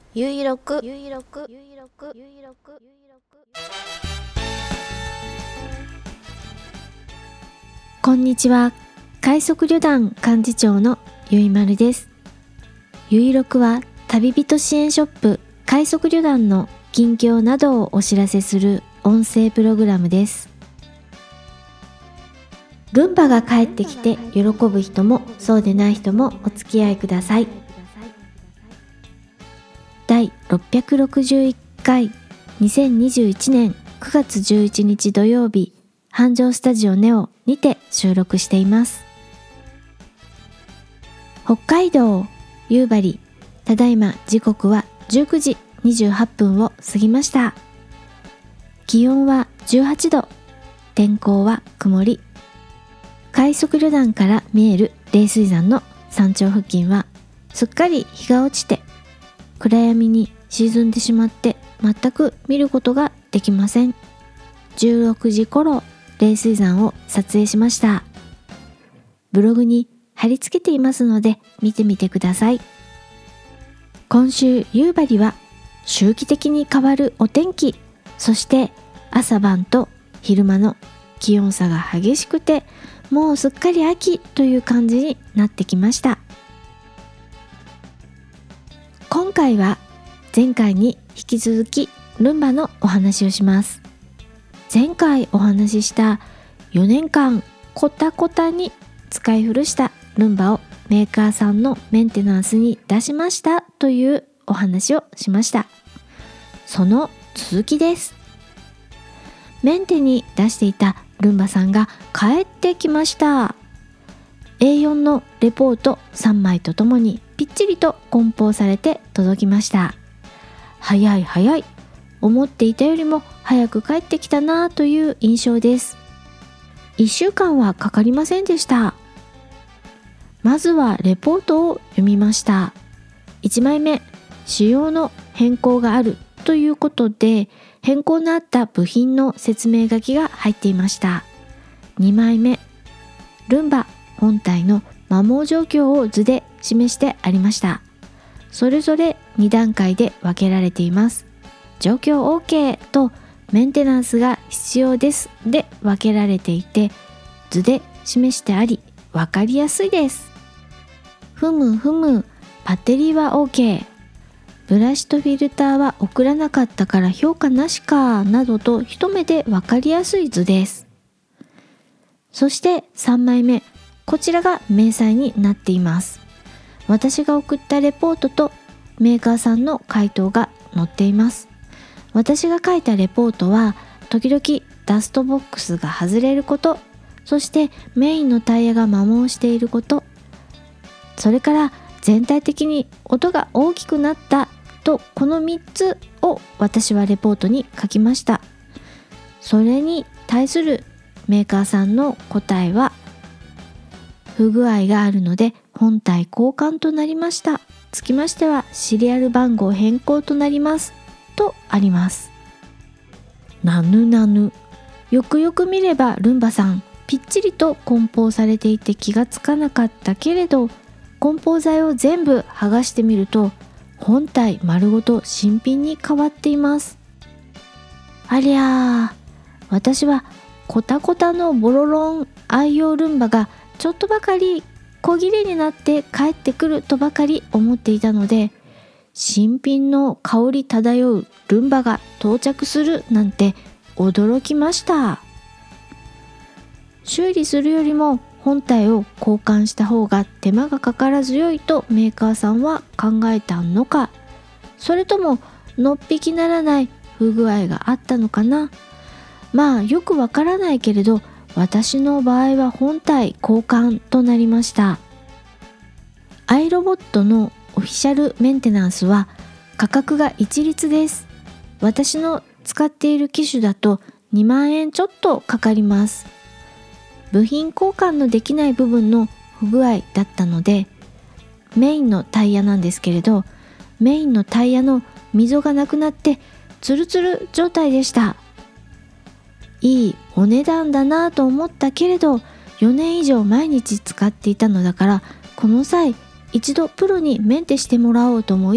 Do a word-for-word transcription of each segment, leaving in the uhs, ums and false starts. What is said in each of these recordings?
ゆいろくゆいろくゆいろくゆいろくこんにちは。快速旅団幹事長のゆいまるです。ゆいろくは旅人支援ショップ快速旅団の近況などをお知らせする音声プログラムです。ルンバが帰ってきて喜ぶ人もそうでない人もお付き合いください。だいろっぴゃくろくじゅういっかいにせんにじゅういちねんくがつじゅういちにち土曜日、繁盛スタジオネオにて収録しています。北海道夕張、ただいま時刻はじゅうくじにじゅうはっぷんを過ぎました。気温はじゅうはちど、天候は曇り。快速旅団から見える冷水山の山頂付近はすっかり日が落ちて暗闇に沈んでしまって全く見ることができません。じゅうろくじ頃冷水山を撮影しました。ブログに貼り付けていますので見てみてください。今週夕張は周期的に変わるお天気、そして朝晩と昼間の気温差が激しくてもうすっかり秋という感じになってきました。今回は前回に引き続きルンバのお話をします。前回お話ししたよねんかんコタコタに使い古したルンバをメーカーさんのメンテナンスに出しましたというお話をしました。その続きです。メンテに出していたルンバさんが帰ってきました。エーよん のレポートさんまいとともにぴっちりと梱包されて届きました。早い早い、思っていたよりも早く帰ってきたなという印象です。いっしゅうかんはかかりませんでした。まずはレポートを読みました。いちまいめ、仕様の変更があるということで変更のあった部品の説明書きが入っていました。にまいめ、ルンバ本体の摩耗状況を図で示してありました。それぞれにだんかいで分けられています。状況 OK とメンテナンスが必要ですで分けられていて、図で示してあり分かりやすいです。ふむふむ、バッテリーは OK、ブラシとフィルターは送らなかったから評価なしかなどと一目で分かりやすい図です。そしてさんまいめ、こちらが明細になっています。私が送ったレポートとメーカーさんの回答が載っています。私が書いたレポートは時々ダストボックスが外れること、そしてメインのタイヤが摩耗していること、それから全体的に音が大きくなったと、このみっつを私はレポートに書きました。それに対するメーカーさんの答えは、不具合があるので本体交換となりました。つきましてはシリアル番号変更となりますとあります。なぬなぬ、よくよく見ればルンバさんぴっちりと梱包されていて気がつかなかったけれど、梱包材を全部剥がしてみると本体丸ごと新品に変わっています。ありゃー、私はコタコタのボロロン愛用ルンバがちょっとばかり小切れになって帰ってくるとばかり思っていたので、新品の香り漂うルンバが到着するなんて驚きました。修理するよりも本体を交換した方が手間がかからず良いとメーカーさんは考えたのか、それとものっぴきならない不具合があったのかな。まあよくわからないけれど、私の場合は本体交換となりました。アイロボットのオフィシャルメンテナンスは価格が一律です。私の使っている機種だとにまんえんちょっとかかります。部品交換のできない部分の不具合だったので、メインのタイヤなんですけれど、メインのタイヤの溝がなくなってツルツル状態でした。いいお値段だなと思ったけれど、よねん以上毎日使っていたのだから、この際一度プロにメンテしてもらおうと思い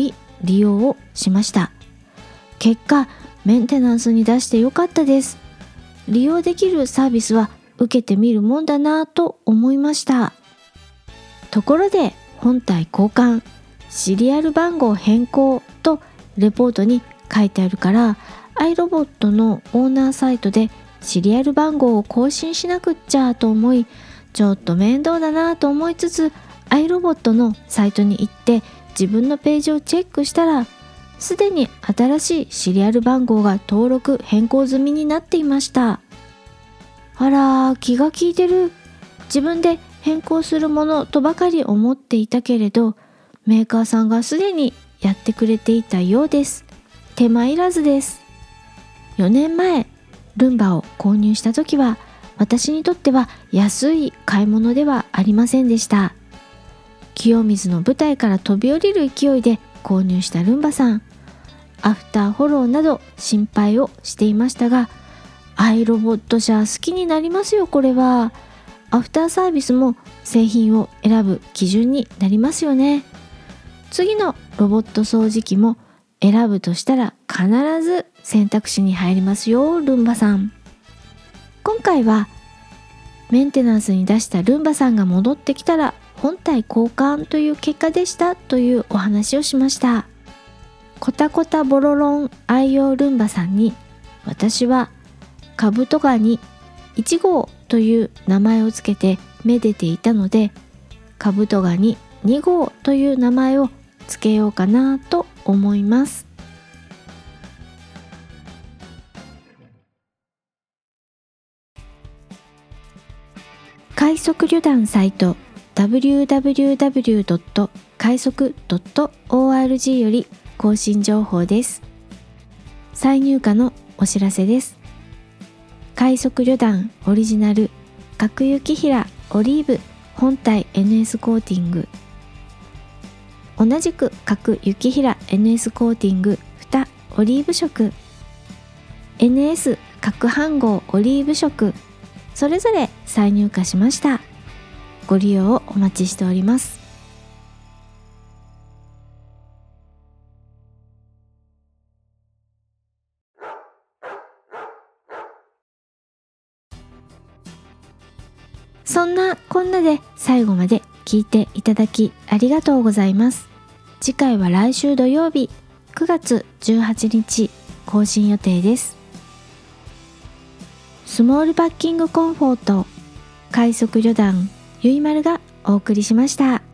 利用をしました。結果、メンテナンスに出してよかったです。利用できるサービスは受けてみるもんだなぁと思いました。ところで、本体交換、シリアル番号変更とレポートに書いてあるから、iRobot のオーナーサイトでシリアル番号を更新しなくっちゃと思い、ちょっと面倒だなと思いつつ iRobot のサイトに行って自分のページをチェックしたら、すでに新しいシリアル番号が登録変更済みになっていました。あら、気が利いてる。自分で変更するものとばかり思っていたけれど、メーカーさんがすでにやってくれていたようです。手間いらずです。よねんまえ、ルンバを購入した時は、私にとっては安い買い物ではありませんでした。清水の舞台から飛び降りる勢いで購入したルンバさん。アフターフォローなど心配をしていましたが、iRobot社好きになりますよ。これはアフターサービスも製品を選ぶ基準になりますよね。次のロボット掃除機も選ぶとしたら必ず選択肢に入りますよ、ルンバさん。今回はメンテナンスに出したルンバさんが戻ってきたら本体交換という結果でしたというお話をしました。コタコタボロロン愛用ルンバさんに、私はカブトガニいち号という名前をつけてめでていたので、カブトガニに号という名前をつけようかなと思います。快速旅団サイト ダブリューダブリューダブリュードット快速ドットオーアールジー より更新情報です。再入荷のお知らせです。快速旅団オリジナル角雪平オリーブ本体 エヌエス コーティング、同じく角雪平 エヌエス コーティング蓋オリーブ色、 エヌエス 角飯号オリーブ色、それぞれ再入荷しました。ご利用をお待ちしております。そんなこんなで最後まで聞いていただきありがとうございます。次回は来週土曜日くがつじゅうはちにち更新予定です。スモールパッキングコンフォート快速旅団ゆいまるがお送りしました。